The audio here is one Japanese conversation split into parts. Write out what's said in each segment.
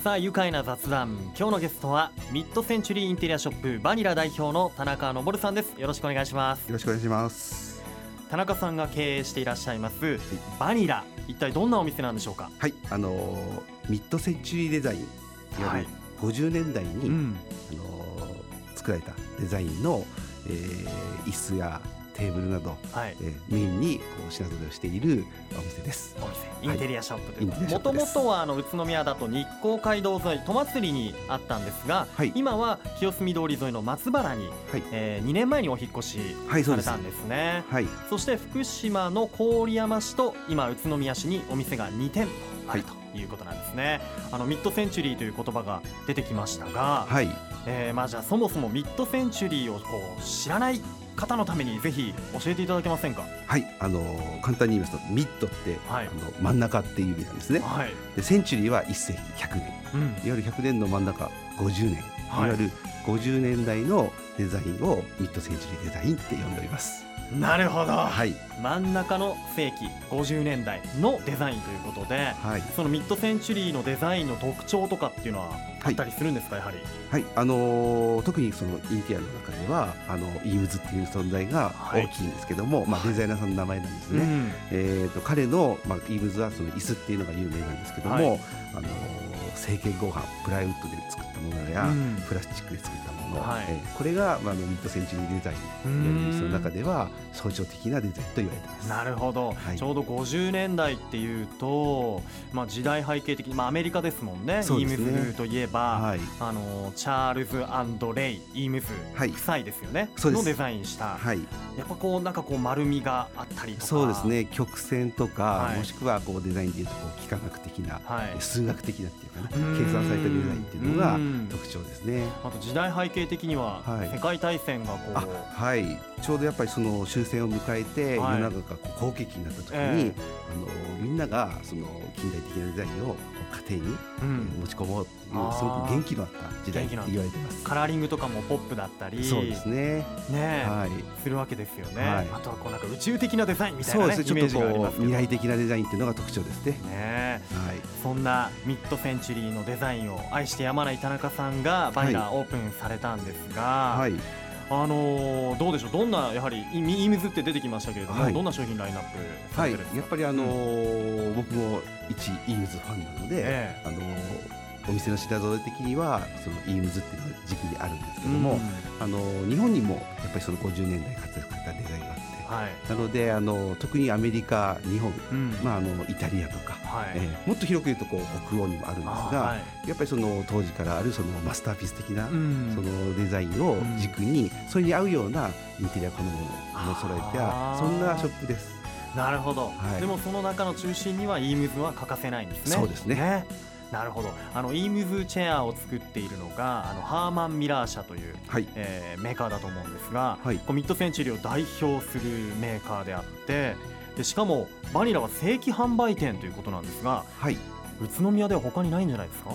さあ愉快な雑談、今日のゲストはミッドセンチュリーインテリアショップバニラ代表の田中昇さんです。よろしくお願いします。 よろしくお願いします。 田中さんが経営していらっしゃいます、バニラ、一体どんなお店なんでしょうか？ はい、ミッドセンチュリーデザイン、いわゆる50年代に、作られたデザインの、椅子やテーブルなど、メインに品揃えをしているお店です。 お店、インテリアショップということで、 もともとは宇都宮だと日光街道沿い戸祭にあったんですが、今は清澄通り沿いの松原に、2年前にお引っ越しされたんですね。そして福島の郡山市と今宇都宮市にお店が2店舗あるということなんですね。ミッドセンチュリーという言葉が出てきましたが、じゃあそもそもミッドセンチュリーを知らない方のためにぜひ教えていただけませんか？ はい、簡単に言いますとミッドって、真ん中っていう意味なんですね。でセンチュリーは1世紀100年、いわゆる100年の真ん中50年、いわゆる50年代のデザインをミッドセンチュリーデザインって呼んでおります。 なるほど、真ん中の世紀50年代のデザインということで、そのミッドセンチュリーのデザインの特徴とかっていうのはあったりするんですか？やはり特にそのインテリアの中ではイームズっていう存在が大きいんですけども、デザイナーさんの名前なんですね。彼の、イームズはその椅子っていうのが有名なんですけども、成形合板プライウッドで作ったものや、プラスチックで作ったもの、これが、ミッドセンチュリーデザイン、その中では象徴的なデザインと言われています。なるほど、 ちょうど50年代っていうと、時代背景的に、アメリカですもんね。イームズといえば、チャールズ&レイ・イームズ夫妻ですよね、のデザインした、やっぱなんか丸みがあったりとか。 そうですね、曲線とか、もしくはデザインでいうと幾何学的な、数学的なっていうかな、計算されたデザインっていうのが特徴ですね。 あと時代背景的には、世界大戦がちょうどやっぱりその終戦を迎えて、世の中が好景気になった時に、みんながその近代的なデザインを家庭に持ち込もうっていう、すごく元気のあった時代って言われてます。 カラーリングとかもポップだったり、 そうですね、 するわけですよね。あとはなんか宇宙的なデザインみたいな、イメージがありますけど、 未来的なデザインっていうのが特徴ですね。 そんなミッドセンチュリーのデザインを愛してやまない田中さんがバニラオープンされたんですが、どうでしょう、どんな、やはりイームズって出てきましたけれども、どんな商品ラインナップされてるんですか？ やっぱり僕も一イームズファンなので、お店の品揃え的にはそのイームズっていうのが軸にあるんですけども、日本にもやっぱりその50年代活躍されたデザインがあって、なので特にアメリカ、日本、イタリアとか、もっと広く言うと北欧にもあるんですが、やっぱりその当時からあるそのマスターピース的な、そのデザインを軸に、それに合うようなインテリア好むものを揃えた、そんなショップです。 なるほど、でもその中の中心にはイームズは欠かせないんですね。 そうですね。 なるほど。イームズチェアを作っているのがハーマン・ミラー社という、メーカーだと思うんですが、ミッドセンチュリーを代表するメーカーであって、でしかもバニラは正規販売店ということなんですが、宇都宮では他にないんじゃないですか？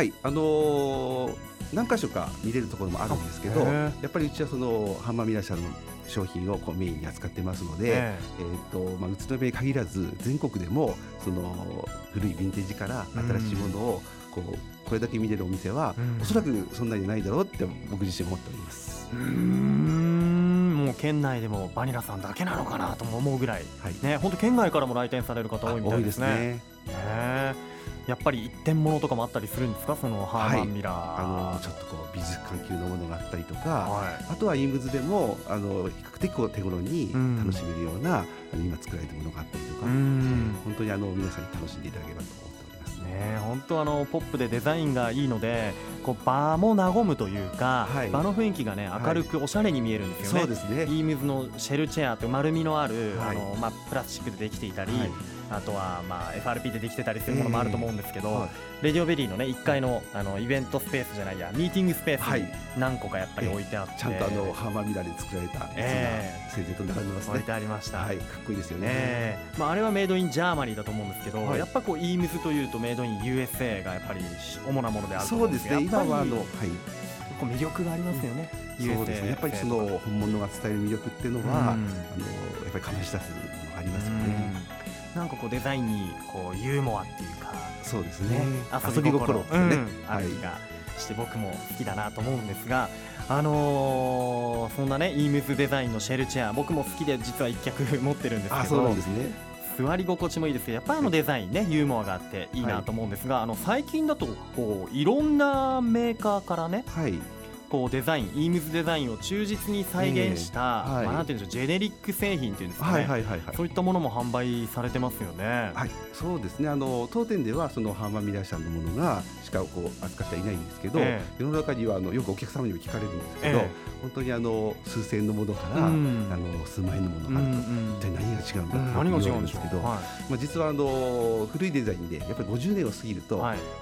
何箇所か見れるところもあるんですけど、やっぱりうちはそのハーマン・ミラー社の商品をメインに扱ってますので、宇都宮に限らず全国でもその古いヴィンテージから新しいものをこれだけ見れるお店は、おそらくそんなにないだろうって僕自身思っております。 もう県内でもバニラさんだけなのかなとも思うぐらい、本当県外からも来店される方多いみたいですね。やっぱり一点物とかもあったりするんですか？そのハーマン・ミラー、 ちょっと美術関係のものがあったりとか、あとはイームズでも比較的手頃に楽しめるような、今作られたものがあったりとか、本当に皆さんに楽しんでいただければと思っておりますね。 本当ポップでデザインがいいので、場も和むというか、場の雰囲気がね、明るくおしゃれに見えるんですよね。 そうですね。 イームズのシェルチェアという丸みのある、プラスチックでできていたり、あとはFRP でできてたりするものもあると思うんですけど、レディオベリーのね1階のイベントスペースじゃないや、ミーティングスペースに何個かやっぱり置いてあって、 ちゃんとハーマンミラーで作られたやつが整然と並んでますね。 置いてありました。 かっこいいですよね。 あれはメイドインジャーマニーだと思うんですけど、やっぱイームズというとメイドイン USA がやっぱり主なものであると思うんですけど、 そうですね。今は魅力がありますよね。 そうですね。やっぱりその本物が伝える魅力っていうのは、やっぱり醸し出すものがありますよね。 なんかこうデザインにこうユーモアっていうか、 そうですね、遊び心ですね、 ある気がして僕も好きだなと思うんですが、そんなねイームズデザインのシェルチェア、僕も好きで実は1脚持ってるんですけど、 そうなんですね。 座り心地もいいですけど、やっぱりデザインね、ユーモアがあっていいなと思うんですが、最近だとこういろんなメーカーからね、こうデザイン、イームズデザインを忠実に再現した、なんていうんでしょう、ジェネリック製品っていうんですかね、そういったものも販売されてますよね。 そうですね、当店ではそのハーマン・ミラー社のものがしかこう扱ってはいないんですけど、世の中にはよくお客様にも聞かれるんですけど、本当に数千円のものから、数万円のものがあると、一体何が違うんだと言われるんですけど、実は古いデザインでやっぱり50年を過ぎると、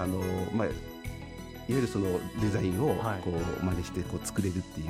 いわゆるそのデザインをこう真似してこう作れるっていう、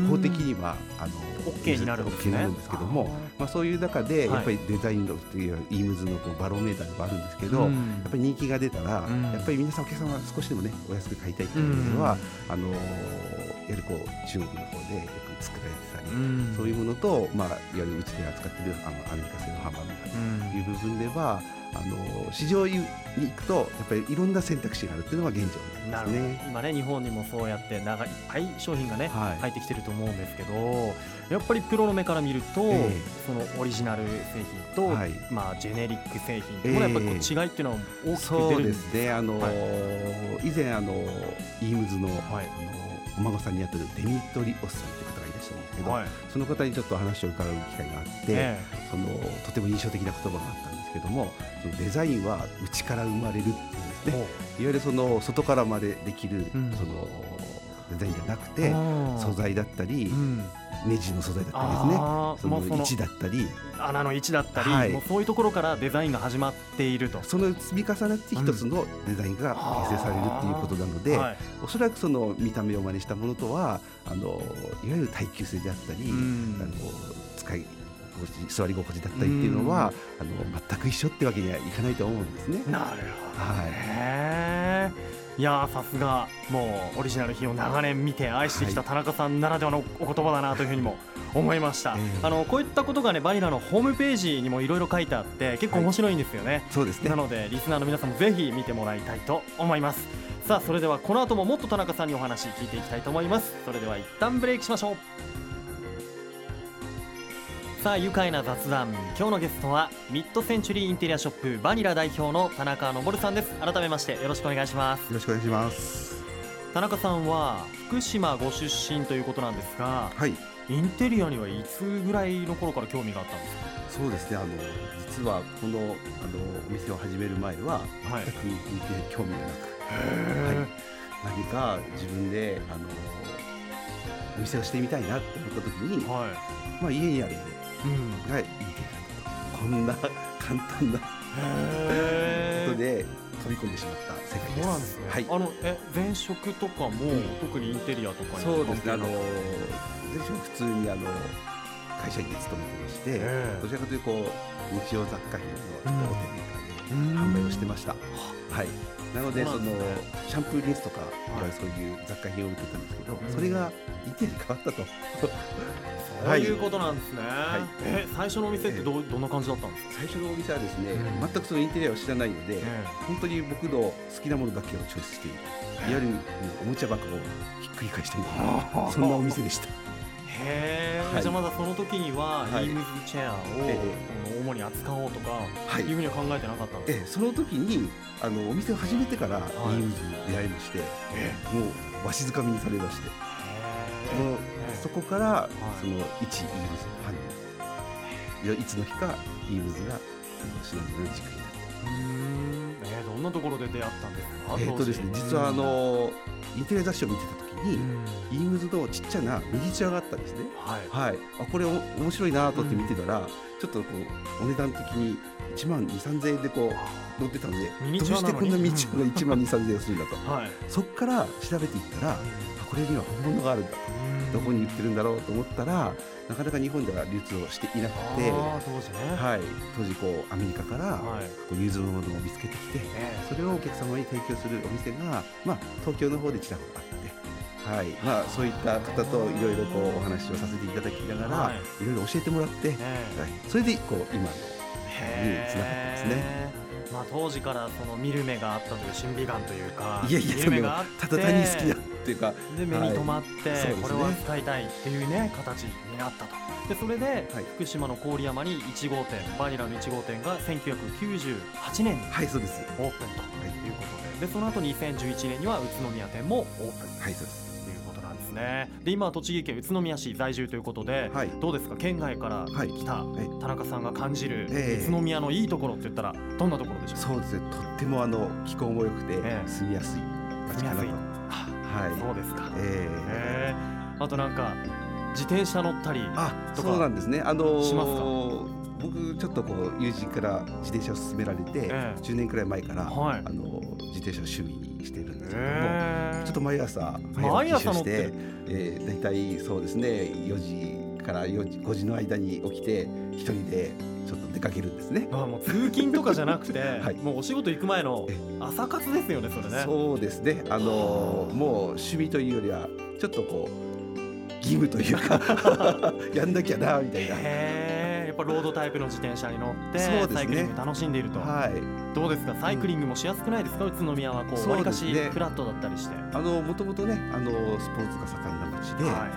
法的には OK になるんですけども、そういう中でやっぱりデザインのっていうイームズのこうバロメーターでもあるんですけど、やっぱり人気が出たら、やっぱり皆さんお客様が少しでもねお安く買いたいっていうのは、やはりこう中国の方でよく作られてたり、そういうものと、いわゆるうちで扱っているアメリカ製のハンバーグという部分では、市場に行くとやっぱりいろんな選択肢があるっていうのが現状ですね。 今ね日本にもそうやっていっぱい商品がね、入ってきてると思うんですけど、やっぱりプロの目から見ると、そのオリジナル製品と、ジェネリック製品ともやっぱりこう違いっていうのは大きく出るんですね。 以前イームズの、お孫さんにやってるデミトリオスさんという方がいらっしゃるんですけど、その方にちょっと話を伺う機会があって、とても印象的な言葉があったんですけども、そのデザインは内から生まれるっていうんですね。いわゆるその外からまでできる、そのデザインじゃなくて、素材だったり、ネジの素材だったりですね、その位置だったり穴の位置だったり、もうそういうところからデザインが始まっていると、 その積み重なって一つのデザインが形成されるっていうことなので、おそらくその見た目を真似したものとはいわゆる耐久性であったり、座り心地だったりっていうのは全く一緒ってわけにはいかないと思うんですね。 なるほどね。いやさすがもうオリジナル品を長年見て愛してきた田中さんならではのお言葉だなというふうにも思いました。こういったことがねバニラのホームページにもいろいろ書いてあって結構面白いんですよね。 そうですね。 なのでリスナーの皆さんもぜひ見てもらいたいと思います。さあそれではこの後ももっと田中さんにお話聞いていきたいと思います。それでは一旦ブレイクしましょう。さあ愉快な雑談、今日のゲストはミッドセンチュリーインテリアショップバニラ代表の田中昇さんです。改めましてよろしくお願いします。よろしくお願いします。 田中さんは福島ご出身ということなんですが、インテリアにはいつぐらいの頃から興味があったんですか？ そうですね、実はこのお店を始める前は全くインテリア興味がなく、何か自分でお店をしてみたいなって思った時に、家にあるがいいテリアだと、こんな簡単なことで飛び込んでしまった世界です。 そうなんですね。前職とかも特にインテリアとかにそうですね、前職普通に会社員で勤めてまして、どちらかというと日用雑貨品の大手メーカーで販売をしてました。なのでそのシャンプーリンスとかそういう雑貨品を売ってたんですけど、それがインテリアに変わったと。 そういうことなんですね。最初のお店ってどんな感じだったんですか？ 最初のお店はですね、全くそのインテリアを知らないので、本当に僕の好きなものだけをチョイスしている、いわゆるおもちゃ箱をひっくり返しているそんなお店でした。 じゃあまだその時にはイームズチェアを主に扱おうとかいうふうには考えてなかったんですか？ その時にお店を始めてからイームズに出会いまして、もうわしづかみにされまして、もうそこからその一イームズファンに、いつの日かイームズがシナリオの軸になって、 どんなところで出会ったんですか？ ですね、実はインテリア雑誌を見てた時にイームズのちっちゃなミニチュアがあったんですね。これ面白いなと思って見てたら、ちょっとお値段的に1万2、3000円で載ってたので、どうしてこんなミニチュアが1万2、3000円するんだと、そこから調べていったら、これには本物があるんだと、どこに売ってるんだろうと思ったら、なかなか日本では流通をしていなくて、当時アメリカから流通のものを見つけてきて、それをお客様に提供するお店が、東京の方でちらほらあって、そういった方といろいろお話をさせていただきながら、いろいろ教えてもらって、それで今のつながってますね。 まあ、当時からその見る目があったという審美眼というか、 いやいや、 見る目があってただ単に好きだっていうかで目に留まって、はい、これは使いたいっていうね形になったと。でそれで、はい、福島の郡山に1号店バニラの1号店が1998年にオープンということで、でその後2011年には宇都宮店もオープン、 はい、そうです。 で今は栃木県宇都宮市在住ということで、はい、どうですか、県外から来た田中さんが感じる宇都宮のいいところって言ったらどんなところでしょうか。 そうですね、とっても気候も良くて住みやすい街かなと。 はい、そうですか。あとなんか自転車乗ったりとかそうなんですね。 しますか。 僕ちょっと友人から自転車を勧められて、10年くらい前から、はい、自転車を趣味にしてるんですけども、ちょっと毎朝早起きして、だいたいそうですね4時から5時の間に起きて一人でちょっと出かけるんですね。 もう通勤とかじゃなくて、はい、もうお仕事行く前の朝活ですよね、それね。 そうですね、もう趣味というよりはちょっと義務というかやんなきゃなみたいな。 やっぱロードタイプの自転車に乗って、サイクリング楽しんでいると、はい、どうですか、サイクリングもしやすくないですか、宇都宮はわりかしフラットだったりして。 もともとねスポーツが盛んな街で、はい、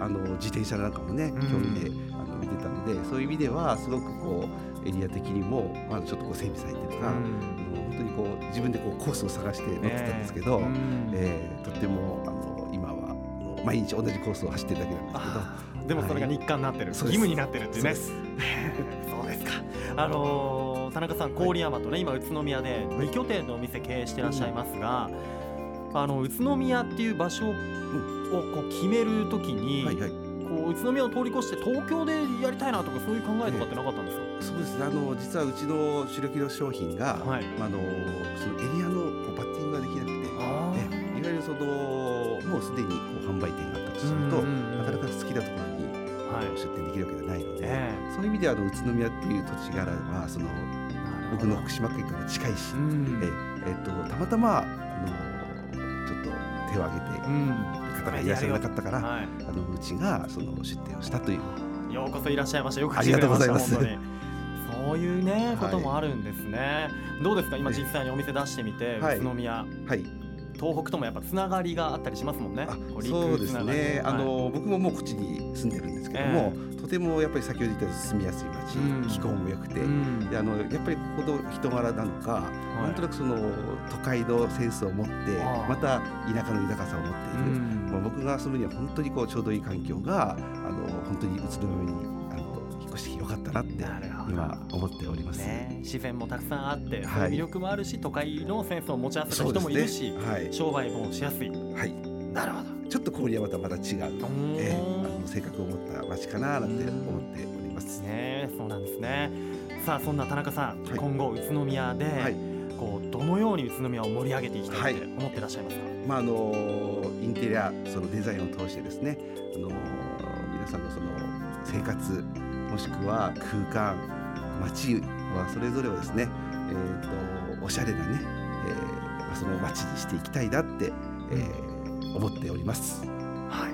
自転車なんかもね興味で見てたので、そういう意味ではすごくエリア的にもまだちょっと整備されてるから、本当に自分でコースを探して乗ってたんですけど、とっても今は毎日同じコースを走ってるだけなんですけど、 でもそれが日課になってる、義務になってるっていうね。そうですか。田中さん、郡山とね今宇都宮で2拠点のお店経営してらっしゃいますが、宇都宮っていう場所を決めるときに、はいはい、宇都宮を通り越して東京でやりたいなとかそういう考えとかってなかったんですか。 そうですね、実はうちの主力の商品が、はい、そのエリアのバッティングができなくて、いわゆるもうすでに販売店があったとすると、なかなか好きなところに出店できるわけではないので、そういう意味では宇都宮っていう土地柄は僕の福島県から近いし、たまたまちょっと手を挙げて方がいらっしゃらなかったから、うちが出店をしたという。 ようこそいらっしゃいました。よくありがとうございます。 そういうねこともあるんですね。どうですか、今実際にお店出してみて、宇都宮、東北ともやっぱつながりがあったりしますもんね。 そうですね、僕ももうこっちに住んでるんですけども、とてもやっぱり先ほど言ったように住みやすい街、気候も良くて、でやっぱりここの人柄なのか、なんとなく都会のセンスを持って、また田舎の豊かさを持っている、僕が遊ぶには本当にちょうどいい環境が本当に宇都宮に引っ越してきてよかったなって今思っております、 自然もたくさんあって、その魅力もあるし、都会のセンスを持ち合わせた人もいるし、商売もしやすい。なるほど。 ちょっと郡山とはまた違う、性格を持った街かななんて思っております。 そうなんですね。さあ、そんな田中さん、今後宇都宮で、どのように宇都宮を盛り上げていきたいって思ってらっしゃいますか。 インテリアデザインを通してですね、皆さんの生活もしくは空間、街はそれぞれをですね、おしゃれなね、その街にしていきたいなって、思っております。 はい、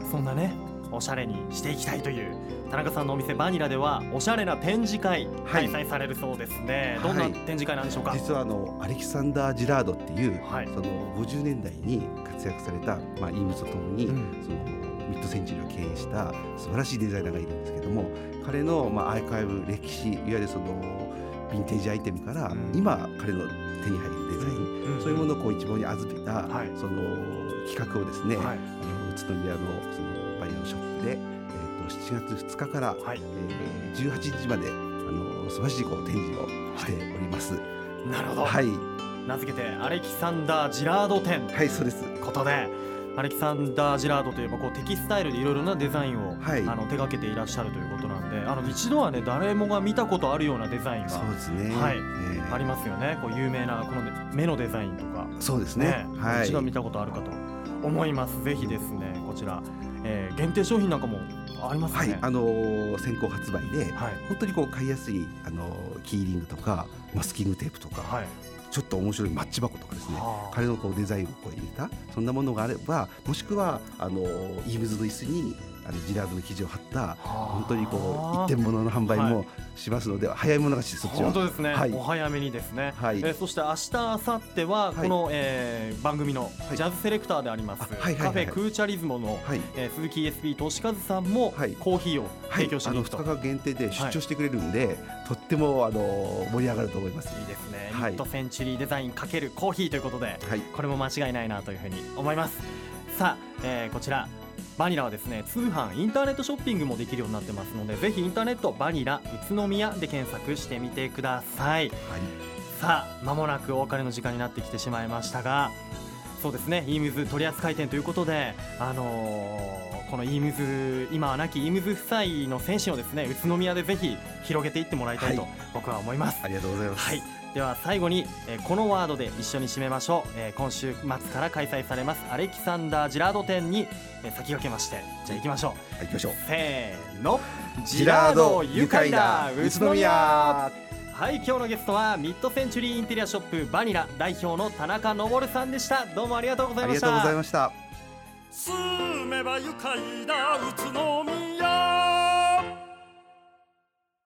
そんなねおしゃれにしていきたいという田中さんのお店バニラではおしゃれな展示会開催されるそうですね。どんな展示会なんでしょうか。 実はアレキサンダー・ジラードっていう、その50年代に活躍された、イームズとともに、そのミッドセンチュリーを経営した素晴らしいデザイナーがいるんですけども、彼の、アーカイブ、歴史、いわゆるヴィンテージアイテムから、今彼の手に入るデザイン、そういうものを一望に預けた、その企画をですね、宇都宮のそのバニラのショップで、7月2日から、18日まで素晴らしい展示をしております。 なるほど。名付けてアレキサンダー・ジラード展ということで、アレキサンダー・ジラードといえばテキスタイルでいろいろなデザインを、手掛けていらっしゃるということなんで、一度はね誰もが見たことあるようなデザインがそうですね、 ありますよね。有名なこの目のデザインとか、 そうですね、 一度は見たことあるかと思います。ぜひですねこちら、限定商品なんかもありますね。 先行発売で、本当に買いやすいキーリングとかマスキングテープとか、ちょっと面白いマッチ箱とかですね、彼のデザインを入れたそんなものがあれば、もしくはイームズの椅子にジラードの生地を貼った本当に一点物の販売もしますので、早い者勝ち、そっちは本当ですね、お早めにですね、そして明日明後日はこの、番組のジャズセレクターであります、カフェクーチャリズモの、鈴木 ESP 俊和さんもコーヒーを提供しに行くと、 2日間限定で出張してくれるんで、とっても盛り上がると思います。 いいですね、ミッドセンチュリーデザイン×コーヒーということで、これも間違いないなというふうに思います。さあ、こちらバニラはですね、通販インターネットショッピングもできるようになってますので、ぜひインターネットバニラ宇都宮で検索してみてください。さあ、間もなくお別れの時間になってきてしまいましたが、そうですね、イームズ取扱店ということで、このイームズ、今は亡きイームズ夫妻の選手をですね、宇都宮でぜひ広げていってもらいたいと僕は思います。 ありがとうございます。 では最後に、このワードで一緒に締めましょう。今週末から開催されますアレキサンダージラード展に、先駆けまして、じゃあ行きましょう。 行きましょう。 せーの、ジラード愉快だ宇都宮。はい、今日のゲストはミッドセンチュリーインテリアショップバニラ代表の田中昇さんでした。どうもありがとうございました。 ありがとうございました。 住めば愉快だ宇都宮。